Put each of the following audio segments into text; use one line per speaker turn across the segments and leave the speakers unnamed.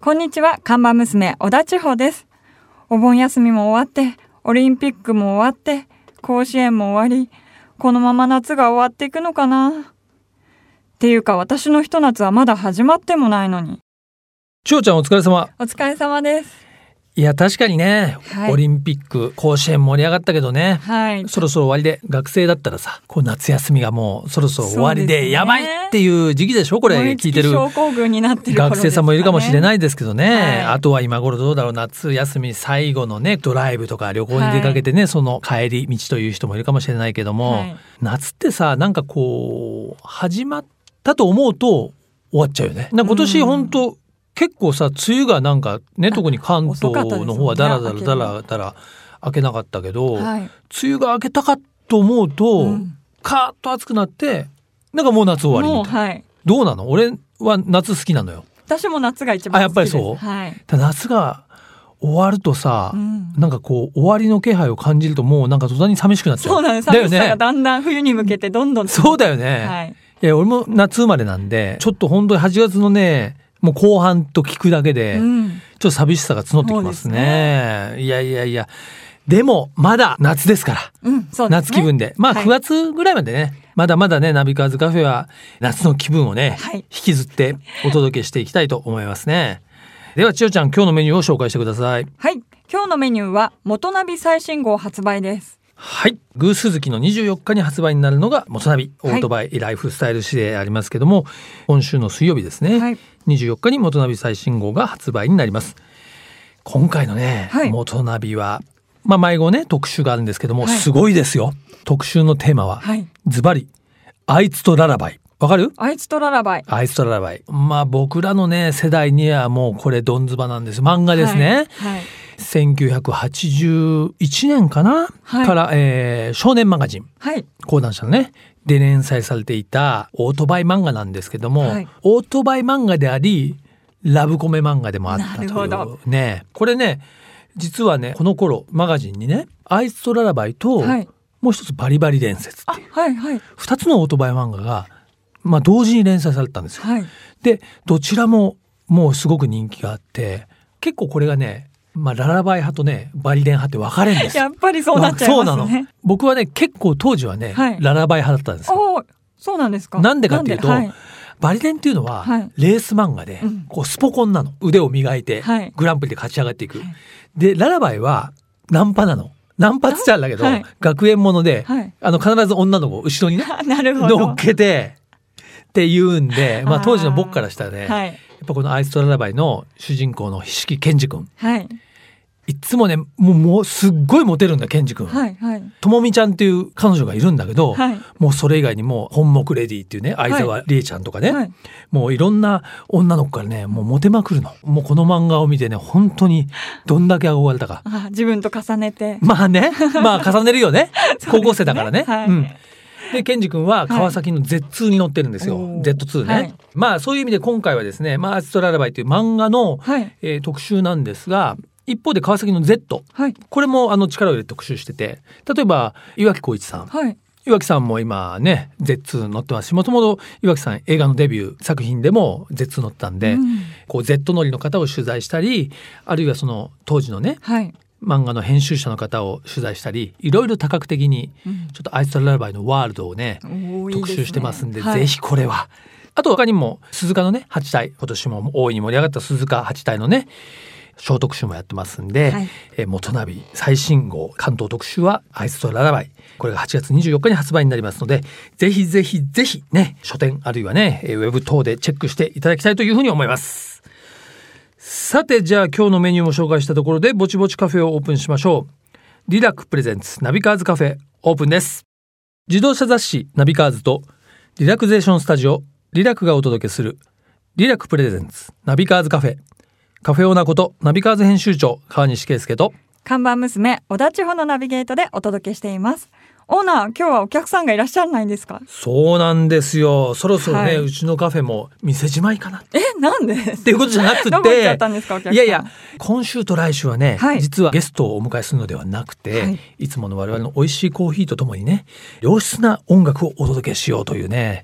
こんにちは、看板娘小田千穂です。お盆休みも終わって、オリンピックも終わって、甲子園も終わり、このまま夏が終わっていくのかなっていうか、私のひと夏はまだ始まってもないのに。
千穂ちゃんお疲れ様。
お疲れ様です。
いや確かにね、
はい、
オリンピック甲子園盛り上がったけどね、
はい、
そろそろ終わりで、学生だったらさ、こう夏休みがもうそろそろ終わりでやばいっていう時期でしょ。これ聞いてる
症候群になってる頃ですかね。
学生さんもいるかもしれないですけどね、
はい、
あとは今頃どうだろう、夏休み最後のねドライブとか旅行に出かけてね、はい、その帰り道という人もいるかもしれないけども、はい、夏ってさ、なんかこう始まったと思うと終わっちゃうよね。今年本当、結構さ、梅雨がなんかね、特に関東の方はだらだら明けなかったけど、はい、梅雨が明けたかと思うと、カーッと暑くなってなんかもう夏終わりみたいな、はい、どうなの？俺は夏好きなのよ。
私も夏が一番好きです。
やっぱりそう、
はい、
夏が終わるとさ、なんかこう終わりの気配を感じると、もうなんか途端に寂しくなっちゃう。
そうなんです。寂しさがだんだん冬に向けてどんどん、
そうだよね、はい、いや俺も夏生まれなんで、ちょっと本当に8月のねもう後半と聞くだけで、ちょっと寂しさが募ってきますね。いやでもまだ夏ですから、そうですね、夏気分で、まあ9月ぐらいまでね、まだまだね、ナビカーズカフェは夏の気分をね、引きずってお届けしていきたいと思いますね。では千代ちゃん、今日のメニューを紹介してください。
はい、今日のメニューは元ナビ最新号発売です。
はい、偶数月の24日に発売になるのが元ナビオートバイライフスタイル誌でありますけども、今週の水曜日ですね、はい、24日に元ナビ最新号が発売になります。今回のね、元ナビは、毎号ね特集があるんですけども、すごいですよ。特集のテーマは、ズバリあいつとララバイ。わかる？あいつとララバイ。あいつとララバイ。僕らのね世代にはもうこれドンズバなんです。漫画ですね、1981年かな、から、少年マガジン、講談社のねで連載されていたオートバイ漫画なんですけども、オートバイ漫画でありラブコメ漫画でもあったというね。これね、実はねこの頃マガジンにねあいつとララバイと、もう一つバリバリ伝説っていう、2つのオートバイ漫画が、同時に連載されたんですよ、でどちらももうすごく人気があって、結構これがね、ララバイ派とねバリレン派って分かれるんですよ。
やっぱりそうなっちゃいますね。そうなの。
僕はね結構当時はね、ララバイ派だったんですよ。
そうなんですか。
なんでかっていうと、バリレンっていうのは、レース漫画で、こうスポコンなの。腕を磨いて、グランプリで勝ち上がっていく、でララバイはナンパなの。ナンパっつっちゃうんだけど、学園もので、必ず女の子を後ろにね乗っけてっていうんで、当時の僕からしたらね、やっぱこのあいつとララバイの主人公の菱木健二君、いつもねもうすっごいモテるんだ健二君。ともみちゃんっていう彼女がいるんだけど、もうそれ以外にも本木レディっていうね相沢理恵ちゃんとかね、もういろんな女の子からねもうモテまくるの。もうこの漫画を見てね本当にどんだけ憧れたか。
自分と重ねて
重ねるよね高校生だからね。で健二君は川崎の Z2 に乗ってるんですよ、Z2 ね、そういう意味で今回はですね、あいつとララバイという漫画の、特集なんですが、一方で川崎の Z、これも力を入れて特集してて、例えば岩城浩一さん、岩城さんも今ね Z2 乗ってますし、もともと岩城さん映画のデビュー作品でも Z2 乗ったんで、こう Z 乗りの方を取材したり、あるいはその当時のね、漫画の編集者の方を取材したり、いろいろ多角的にちょっとあいつとララバイのワールドをね、特集してますんで、ぜひこれは。あと他にも鈴鹿のね8体、今年も大いに盛り上がった鈴鹿8体のね小特集もやってますんで、元ナビ最新号関東特集はあいつとララバイ、これが8月24日に発売になりますので、ぜひぜひぜひね書店あるいはねウェブ等でチェックしていただきたいというふうに思います。さてじゃあ今日のメニューも紹介したところで、ぼちぼちカフェをオープンしましょう。リラックプレゼンツナビカーズカフェオープンです。自動車雑誌ナビカーズとリラクゼーションスタジオリラクがお届けするリラックプレゼンツナビカーズカフェ、カフェオーナーことナビカーズ編集長川西圭介と
看板娘小田千穂のナビゲートでお届けしています。オーナー、今日はお客さんがいらっしゃらないんですか？
そうなんですよ。そろそろね、うちのカフェも店じまいかな。
なんで
っていうことじゃなくて
どこ行っちゃったんですか、お客さん。
いや今週と来週はね、実はゲストをお迎えするのではなくて、いつもの我々の美味しいコーヒーとともにね良質な音楽をお届けしようというね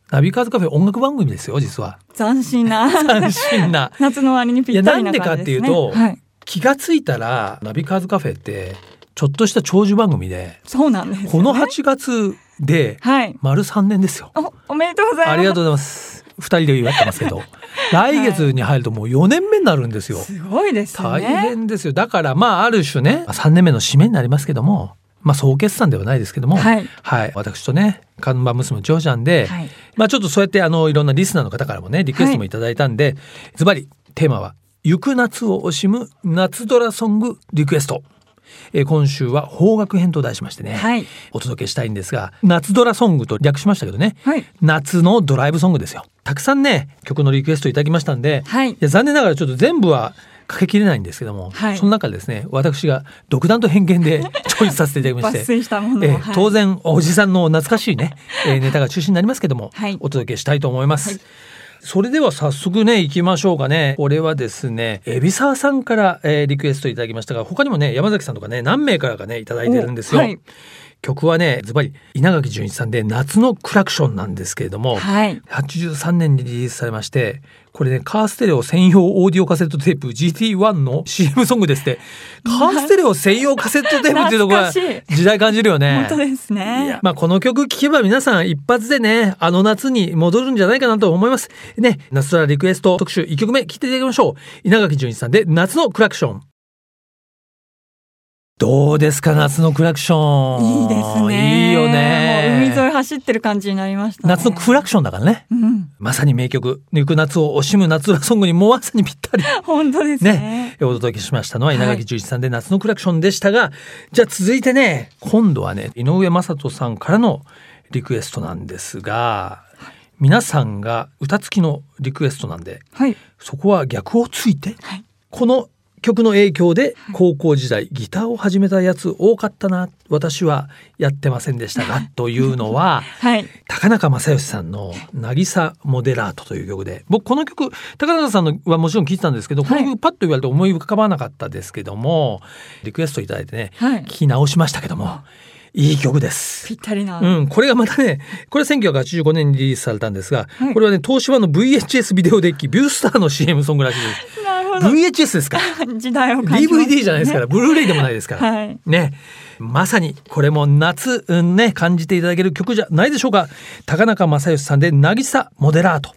ナビカーズカフェ音楽番組ですよ実は。
斬新な夏の終わりにぴったりな感じですね。
いやなんでかっていうと、はい、気がついたらナビカーズカフェってちょっとした長寿番組で、
そうなんですよね、
この8月で丸3年ですよ、
はい、おめでとうございます。
ありがとうございます。2人で祝ってますけど来月に入るともう4年目になるんですよ。
すごいですね。
大変ですよ。だからまあある種ね3年目の締めになりますけども、まあ総決算ではないですけども、はい、はい、私とね看板娘のジョージャンで、はい、まあちょっとそうやっていろんなリスナーの方からもねリクエストもいただいたんで、ズバリテーマは行く夏を惜しむ夏ドラソングリクエスト。今週は邦楽編と題しましてね、はい、お届けしたいんですが、夏ドラソングと略しましたけどね、はい、夏のドライブソングですよ。たくさんね曲のリクエストいただきましたんで、はい、いや残念ながらちょっと全部はかけきれないんですけども、はい、その中でですね私が独断と偏見でチョイスさせていただきまして
抜粋したものを、
当然おじさんの懐かしいね、ネタが中心になりますけども、はい、お届けしたいと思います、はい。それでは早速ね行きましょうかね。これはですね海老沢さんから、リクエストいただきましたが、他にもね山崎さんとかね何名からかねいただいてるんですよ、はい、曲はねズバリ稲垣潤一さんで夏のクラクションなんですけれども、はい、83年にリリースされまして、これねカーステレオ専用オーディオカセットテープ GT1 の CM ソングですって。カーステレオ専用カセットテープっていうところは時代感じるよね。
本当ですね。
いや、まあ、この曲聴けば皆さん一発でね夏に戻るんじゃないかなと思いますね。夏ドラリクエスト特集1曲目聴いていただきましょう。稲垣潤一さんで夏のクラクション。どうですか夏のクラクション。
いいですね。
いいよね。
もう海沿い走ってる感じになりましたね。
夏のクラクションだからね、うん、まさに名曲。行く夏を惜しむ夏ドラソングにもうまさにぴったり
本当ですね。
お届けしましたのは稲垣潤一さんで夏のクラクションでしたが、はい、じゃあ続いてね今度はね井上雅人さんからのリクエストなんですが、皆さんが歌付きのリクエストなんで、はい、そこは逆をついて、はい、この曲の影響で高校時代ギターを始めたやつ多かったな、私はやってませんでしたがというのは、はい、高中正義さんの渚モデラートという曲で、僕この曲高中さんのはもちろん聴いてたんですけど、この曲パッと言われて思い浮かばなかったですけども、リクエストいただいてね、聴き直しましたけども、いい曲です。
ぴったりな、
うん、これがまたねこれは1985年にリリースされたんですが、はい、これはね東芝の VHS ビデオデッキビュースターの CM ソングらしいです。
なるほど。
VHS ですから
時代を感じますね。
DVD じゃないですから、ブルーレイでもないですから、はい、ね、まさにこれも夏、ね感じていただける曲じゃないでしょうか。高中正義さんで渚モデラート。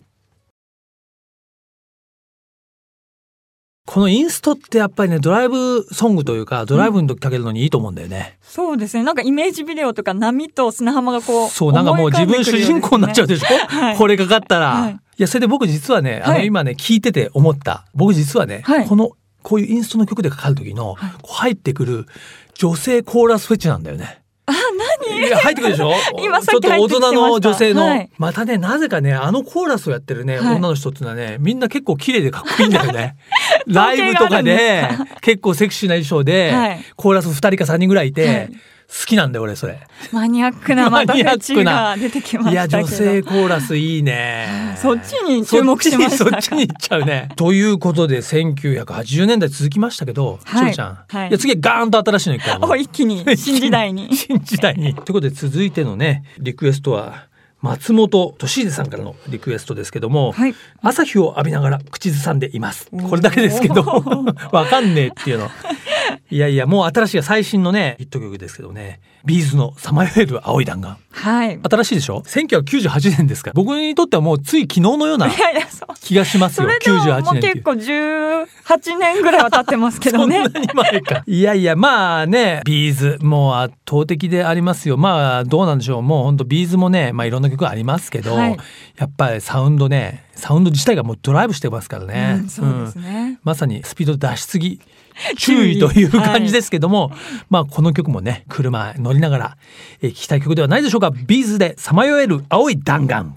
このインストってやっぱりねドライブソングというかドライブの時かけるのにいいと思うんだよね、
うん、そうですね。なんかイメージビデオとか波と砂浜がこう
そうなんかもう自分主人公になっちゃうでしょ、はい、これかかったら、はい、いやそれで僕実はね今ね聞いてて思った。僕実はね、はい、こういうインストの曲でかかる時の、はい、こう入ってくる女性コーラスフェチなんだよね。
あ、何？
入ってくるでしょ
今さっき入ってきてました。ちょっと
大人の女性の、はい、またねなぜかねコーラスをやってるね、はい、女の人っていうのはねみんな結構綺麗でかっこいいんだよねライブとかで結構セクシーな衣装で、はい、コーラス2人か3人ぐらいいて、はい、好きなんだよ俺それ。
マニアックなまたフェチが出てきましたけど。
いや女性コーラスいいね
そっちに注目しましたか。
そっちに行っちゃうねということで1980年代続きましたけど、はい、ちゃん、はい、いや次はガーンと新しいの一回
一気に新時代に
新時代にということで続いてのねリクエストは松本俊秀さんからのリクエストですけども、はい、朝日を浴びながら口ずさんでいます。これだけですけどわかんねえっていうのいやいやもう新しい最新のねヒット曲ですけどね、ビーズのさまよえる青い弾丸、はい、新しいでしょ。1998年ですから僕にとってはもうつい昨日のような気がしますよ。
それでももう結構18年ぐらいは経ってますけどね
そんなに前かいやいやまあねビーズもう圧倒的でありますよ。まあどうなんでしょう。もう本当ビーズもねいろんな曲ありますけど、はい、やっぱりサウンド自体がもうドライブしてますからね、
うん、そうですね、
まさにスピード出しすぎ注意という感じですけども、はい、まあこの曲もね車乗りながら聴きたい曲ではないでしょうか。ビーズでさまよえる青い弾丸。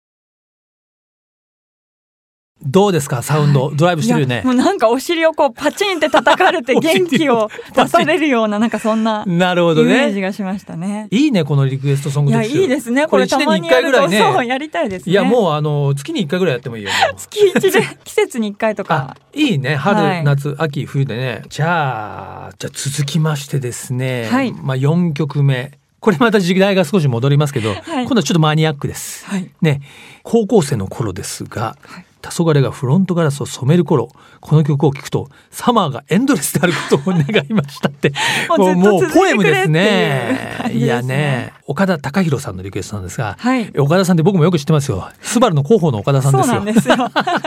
どうですかサウンド、はい、ドライブしてるよね。
もうなんかお尻をこうパチンって叩かれて元気を出されるようななんかそんなイメージがしまいね。
いいねこのリクエストソング特集。
いやいいですね。これたまにやるとそうやりたいですね。
いやもう月に1回ぐらいやってもいいよ
月1で季節に1回とか
いいね。春、はい、夏秋冬でね。じゃあ続きましてですね、はい、4曲目これまた時代が少し戻りますけど、
はい、
今度はちょっとマニアックです、
はい
ね、高校生の頃ですが、はい、黄昏がフロントガラスを染める頃、この曲を聴くとサマーがエンドレスであることを願いましたってもうポエムですね。いやね、岡田貴弘さんのリクエストなんですが、
はい、
岡田さんって僕もよく知ってますよ。スバルの広報の岡田さんですよ。
そうなんですよ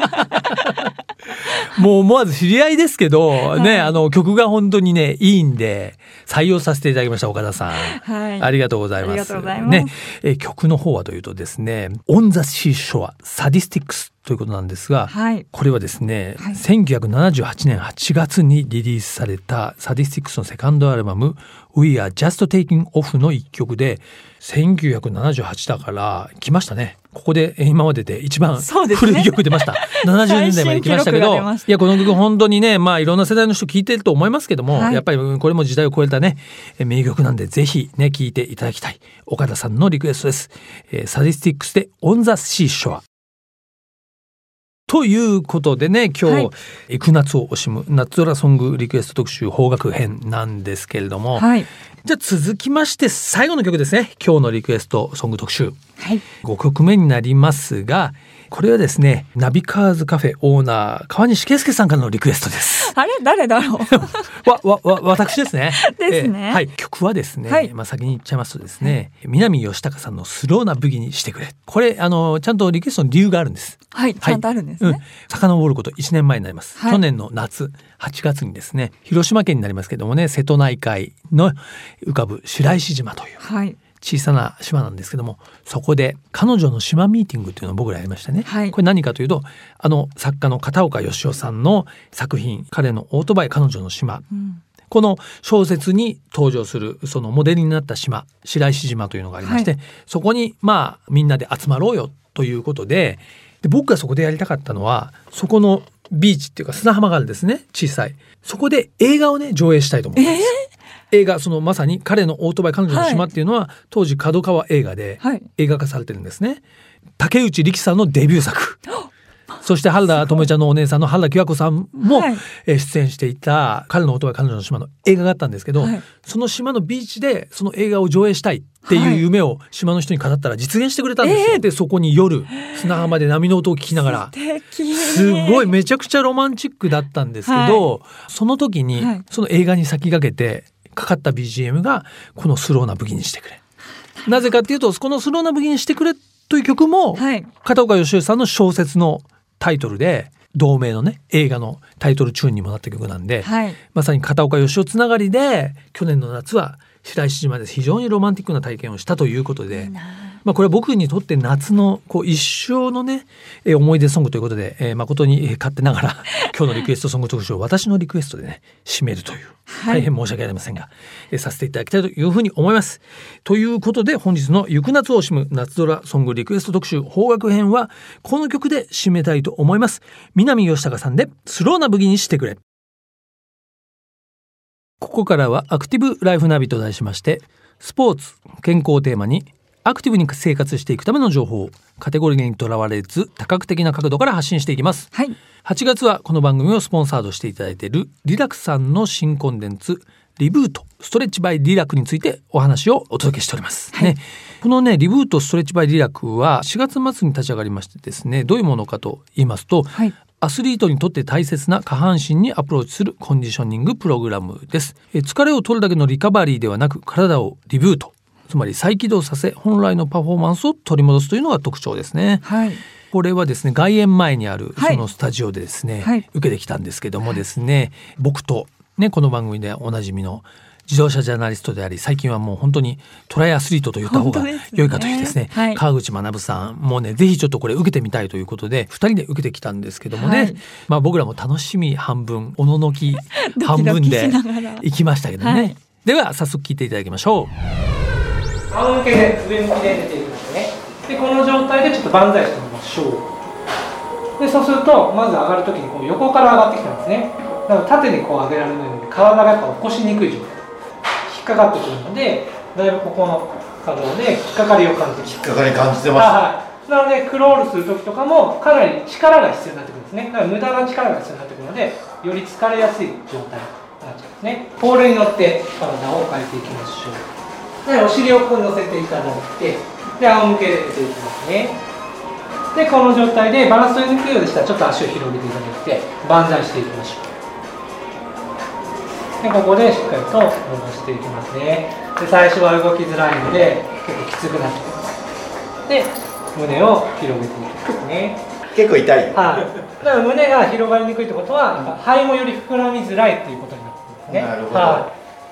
もう思わず知り合いですけど、ね、曲が本当にねいいんで採用させていただきました。岡田さん、
はい、
ありがとうございます。
ありがとうございます、
ね、曲の方はというとですね、オンザシーショアサディスティックスということなんですが、
はい、
これはですね、
はい、
1978年8月にリリースされたサディスティックスのセカンドアルバム We Are Just Taking Off の一曲で、1978だから来ましたね。ここで今までで一番古い曲出ました、70年代まで来ましたけど、いやこの曲本当にね、まあいろんな世代の人聴いてると思いますけども、はい、やっぱりこれも時代を超えたね名曲なんで、ぜひね聴いていただきたい岡田さんのリクエストです。サディスティックスで On the Seashoreということでね、今日、はい、行く夏を惜しむ夏空ソングリクエスト特集邦楽編なんですけれども、
はい、
じゃあ続きまして最後の曲ですね。今日のリクエストソング特集、
はい、
5曲目になりますが、これはですね、ナビカーズカフェオーナー川西圭介さんからのリクエストです。
あれ誰だろう
私ですね。
ですね、
はい、曲はですね、はい、先に言っちゃいますとですね、南義孝さんのスローなブギにしてくれ。これちゃんとリクエストの理由があるんです。
はい、ちゃんとあるんですね。
遡ること1年前になります、
はい、
去年の夏8月にですね、広島県になりますけどもね、瀬戸内海の浮かぶ白石島という、
はい、
小さな島なんですけども、そこで彼女の島ミーティングというのを僕らやりましたね、
はい、
これ何かというと、作家の片岡義雄さんの作品、彼のオートバイ彼女の島、この小説に登場するそのモデルになった島、白石島というのがありまして、はい、そこにまあみんなで集まろうよということで、僕がそこでやりたかったのは、そこのビーチっていうか砂浜があるんですね、小さい。そこで映画をね上映したいと思ってます。映画、そのまさに彼のオートバイ彼女の島っていうのは、はい、当時角川映画で映画化されてるんですね、はい、竹内力さんのデビュー作そして原田知世ちゃんのお姉さんの原田喜和子さんも出演していた彼のオートバイ彼女の島の映画があったんですけど、はい、その島のビーチでその映画を上映したいっていう夢を島の人に語ったら実現してくれたんですよ、でそこに夜砂浜で波の音を聞きながら、すごいめちゃくちゃロマンチックだったんですけど、はい、その時にその映画に先駆けてかかった BGM がこのスローなブギにしてくれ。なぜかっていうと、このスローなブギにしてくれという曲も、はい、片岡義雄さんの小説のタイトルで同名のね映画のタイトルチューンにもなった曲なんで、はい、まさに片岡義雄つながりで去年の夏は白石島で非常にロマンティックな体験をしたということで、これは僕にとって夏の一生のね思い出ソングということで、誠に勝手ながら今日のリクエストソング特集を私のリクエストでね締めるという、大変申し訳ありませんが、させていただきたいというふうに思います。ということで本日の行く夏を惜しむ夏空ソングリクエスト特集邦楽編はこの曲で締めたいと思います。南義孝さんでスローなブギにしてくれ。ここからはアクティブライフナビと題しまして、スポーツ健康をテーマにアクティブに生活していくための情報をカテゴリーにとらわれず多角的な角度から発信していきます、はい、8月はこの番組をスポンサードしていただいているリラクさんの新コンテンツリブートストレッチバイリラクについてお話をお届けしております、はい、このねリブートストレッチバイリラクは4月末に立ち上がりましてですね、どういうものかと言いますと、はい、アスリートにとって大切な下半身にアプローチするコンディショニングプログラムです。疲れを取るだけのリカバリーではなく、体をリブート、つまり再起動させ本来のパフォーマンスを取り戻すというのが特徴ですね、はい、これはですね外苑前にあるそのスタジオでですね、はい、受けてきたんですけどもですね、僕とねこの番組でおなじみの自動車ジャーナリストであり、最近はもう本当にトライアスリートと言った方が良いかというですね、はい、川口学さんもねぜひちょっとこれ受けてみたいということで2人で受けてきたんですけどもね、はい、僕らも楽しみ半分おののき半分で行きましたけどね、はい、では早速聞いていただきましょう。
仰向けで上向きで出ていくんですね。でこの状態でちょっと万歳してみましょう。でそうするとまず上がるときにこう横から上がってきたんですね。だから縦にこう上げられないので体がやっぱ起こしにくい状態、引っかかってくるので、だいぶここの可動で引っかかりを感じてます。
引っかかり感じてます、
はい、なのでクロールするときとかもかなり力が必要になってくるんですね。だから無駄な力が必要になってくるので、より疲れやすい状態になっちゃうんですね。ポールに乗って体を変えていきましょう。 でお尻をここに乗せていただいて、で仰向けで寝ていきますね。でこの状態でバランス取りにくいようでしたらちょっと足を広げていただいて万歳していきましょう。でここでしっかりと伸ばしていきますね。で最初は動きづらいので結構きつくなってきます。で胸を広げていきますね。
結構痛い。
はい。だから胸が広がりにくいってことは肺もより膨らみづらいっていうことになってますね。
なるほど。
はい。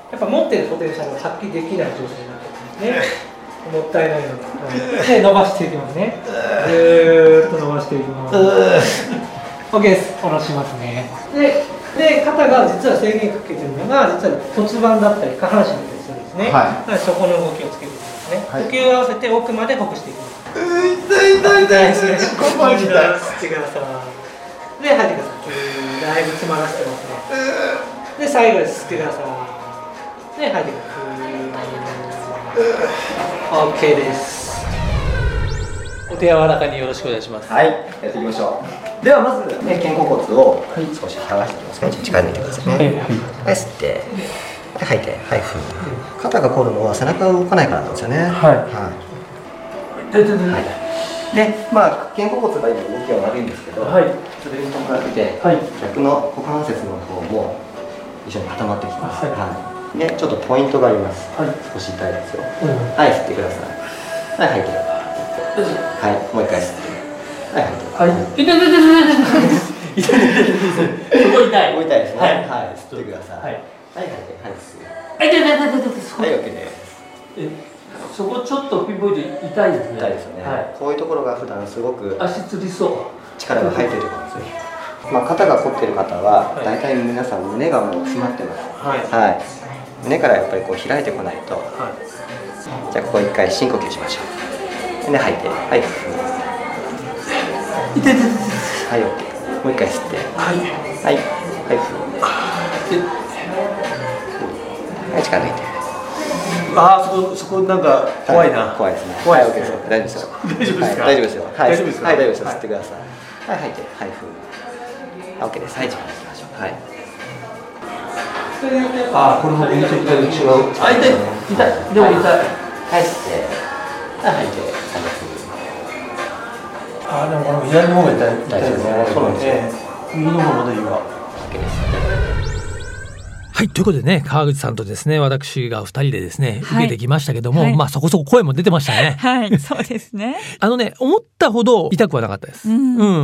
やっぱ持ってるポテンシャルが発揮できない状態になってますね。もったいないので伸ばしていきますね。ずーっと伸ばしていきます。OK です。下ろしますね。で肩が実は制限かけてるのが実は骨盤だったり下半身だったりするんですね。はい。そこの動きをつけていきますね。はい、呼吸を合わせて奥までほぐしていきます。
痛いですね。ここまで吸
ってください。で吐いてください。だいぶ詰まらせてますね。で最後です。吸ってください。で吐いてください。OK です。お手柔らかによろしくお願いします。
はい、やっていきましょう。ではまず、ね、肩甲骨を少し剥がしていきますね。力抜いてくださいね。はい、吸って、吐いて、はい、ふう。肩が凝るのは背中が動かないからなんですよね。はい。はい。で、まあ肩甲骨が今動きは悪いんですけど、はい、それに伴って、はい、逆の股関節の方も一緒に固まってきます。はい。はい、でちょっとポイントがあります。はい、少し痛いですよ。はい、吸ってください。はい、吐いて。はい、もう一回吸って。はい、吐いて。はい。痛い。すごい痛い。もう痛いですね。はい、吸ってください。はい、吐いて。はい、吸う。はい、OK です。
そこちょっとピンポイント痛いですね。
痛いですよね。はい。こういうところが普段すごく
足つりそう。
力が入ってるところですよ。まあ肩が凝ってる方は大体皆さん胸がもう詰まってます。はい。はい。胸からやっぱりこう開いてこないと、はい、じゃあここ一回深呼吸しましょう。で吐いて、はい、
痛い。
はい、OK。もう一回吸って、はい、はい、はい、力抜いて。
ああ、そこなんか怖いな。
怖いですね。怖い OK ですよ。大丈夫ですよ。大丈夫ですよ。はい、大丈夫ですよ。はい、大丈夫ですよ。吸ってください。はい、吐いて、はい、OK です。はい、力抜きましょう。はい。
ああ、これもちょっと違う。あ、痛い。でも痛い。
はい、吸って。はい、吐いて。
ああ、でもこの左の方が痛いですね。そうなんですよ。右の方まだいいわ。OK です。
はい。ということでね、川口さんとですね、私が2人でですね、受けてきましたけども、はい、まあそこそこ声も出てましたね。
はい、そうですね。
思ったほど痛くはなかったです。うん。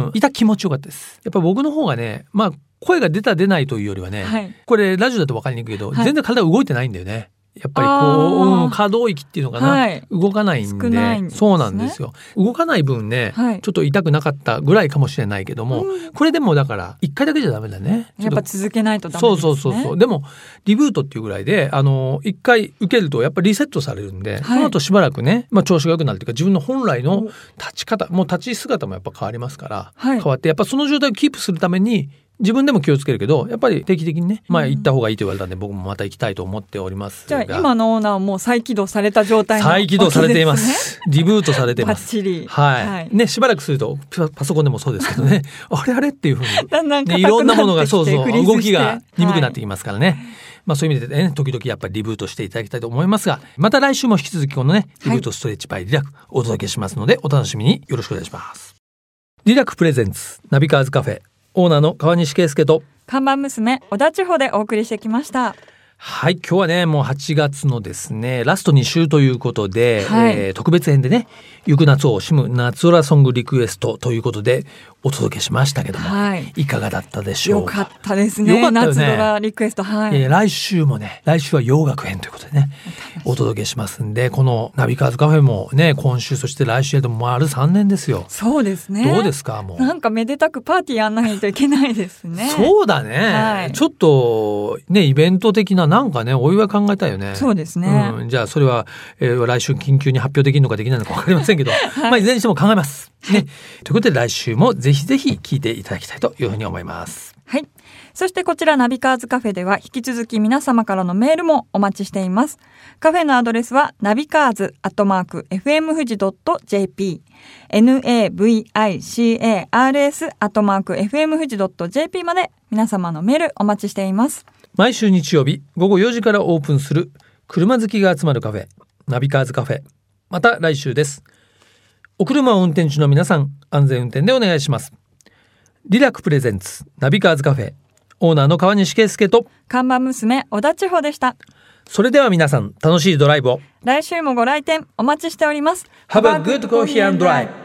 痛気持ちよかったです。やっぱ僕の方がね、まあ声が出ないというよりはね、はい、これラジオだと分かりにくいけど、はい、全然体動いてないんだよね。やっぱりこう、可動域っていうのかな、はい、動かないん で、そうなんですよ。動かない分ね、はい、ちょっと痛くなかったぐらいかもしれないけども、これでもだから1回だけじゃダメだね。
やっぱ続けないとダメですね。
そう。でもリブートっていうぐらいで1回受けるとやっぱりリセットされるんで、はい、その後しばらくね、まあ、調子が良くなるっていうか自分の本来の立ち方、もう立ち姿もやっぱ変わりますから、はい、変わってやっぱその状態をキープするために自分でも気をつけるけどやっぱり定期的にね、まあ行った方がいいと言われたんで、僕もまた行きたいと思っておりますが。
じゃあ今のオーナーはもう再起動された状態のわけですね。
再起動されています。リブートされています。
バッチリ。
はい。ね、しばらくするとパソコンでもそうですけどね、あれっていうふうに、
だんだん
ね、いろんなものが動きが鈍くなってきますからね。はい、まあそういう意味でね、時々やっぱりリブートしていただきたいと思いますが、また来週も引き続きこのね、リブートストレッチバイリラクお届けしますので、お楽しみによろしくお願いします。リラクプレゼンツナビカーズカフェ、オーナーの川西圭介と
看板娘小田千穂でお送りしてきました。
はい、今日はねもう8月のですねラスト2週ということで、はい、特別編でね行く夏を惜しむ夏空ソングリクエストということでお届けしましたけども、はい、いかがだったでしょうか。
よかったですね。よかったよね。夏空リクエスト、はい、
来週は洋楽編ということでねお届けしますんで、このナビカーズカフェもね今週そして来週でも丸3年ですよ。
そうですね。
どうですか。もう
なんかめでたくパーティーやんないといけないですね。
そうだね、はい、ちょっとねイベント的ななんかねお祝い考えたいよね。
そうですね、
じゃあそれは、来週緊急に発表できるのかできないのか分かりませんけど、はい、まあいずれにしても考えますね。ということで来週もぜひぜひ聞いていただきたいというふうに思います。
はい。そしてこちらナビカーズカフェでは引き続き皆様からのメールもお待ちしています。カフェのアドレスはナビカーズ@fm fuji .jp navicars@fm fuji .jp まで皆様のメールお待ちしています。
毎週日曜日午後4時からオープンする車好きが集まるカフェナビカーズカフェ、また来週です。お車を運転中の皆さん、安全運転でお願いします。リラクプレゼンツナビカーズカフェ、オーナーの川西圭介と
看板娘小田千穂でした。
それでは皆さん、楽しいドライブを。
来週もご来店お待ちしております。
Have a good coffee and drive.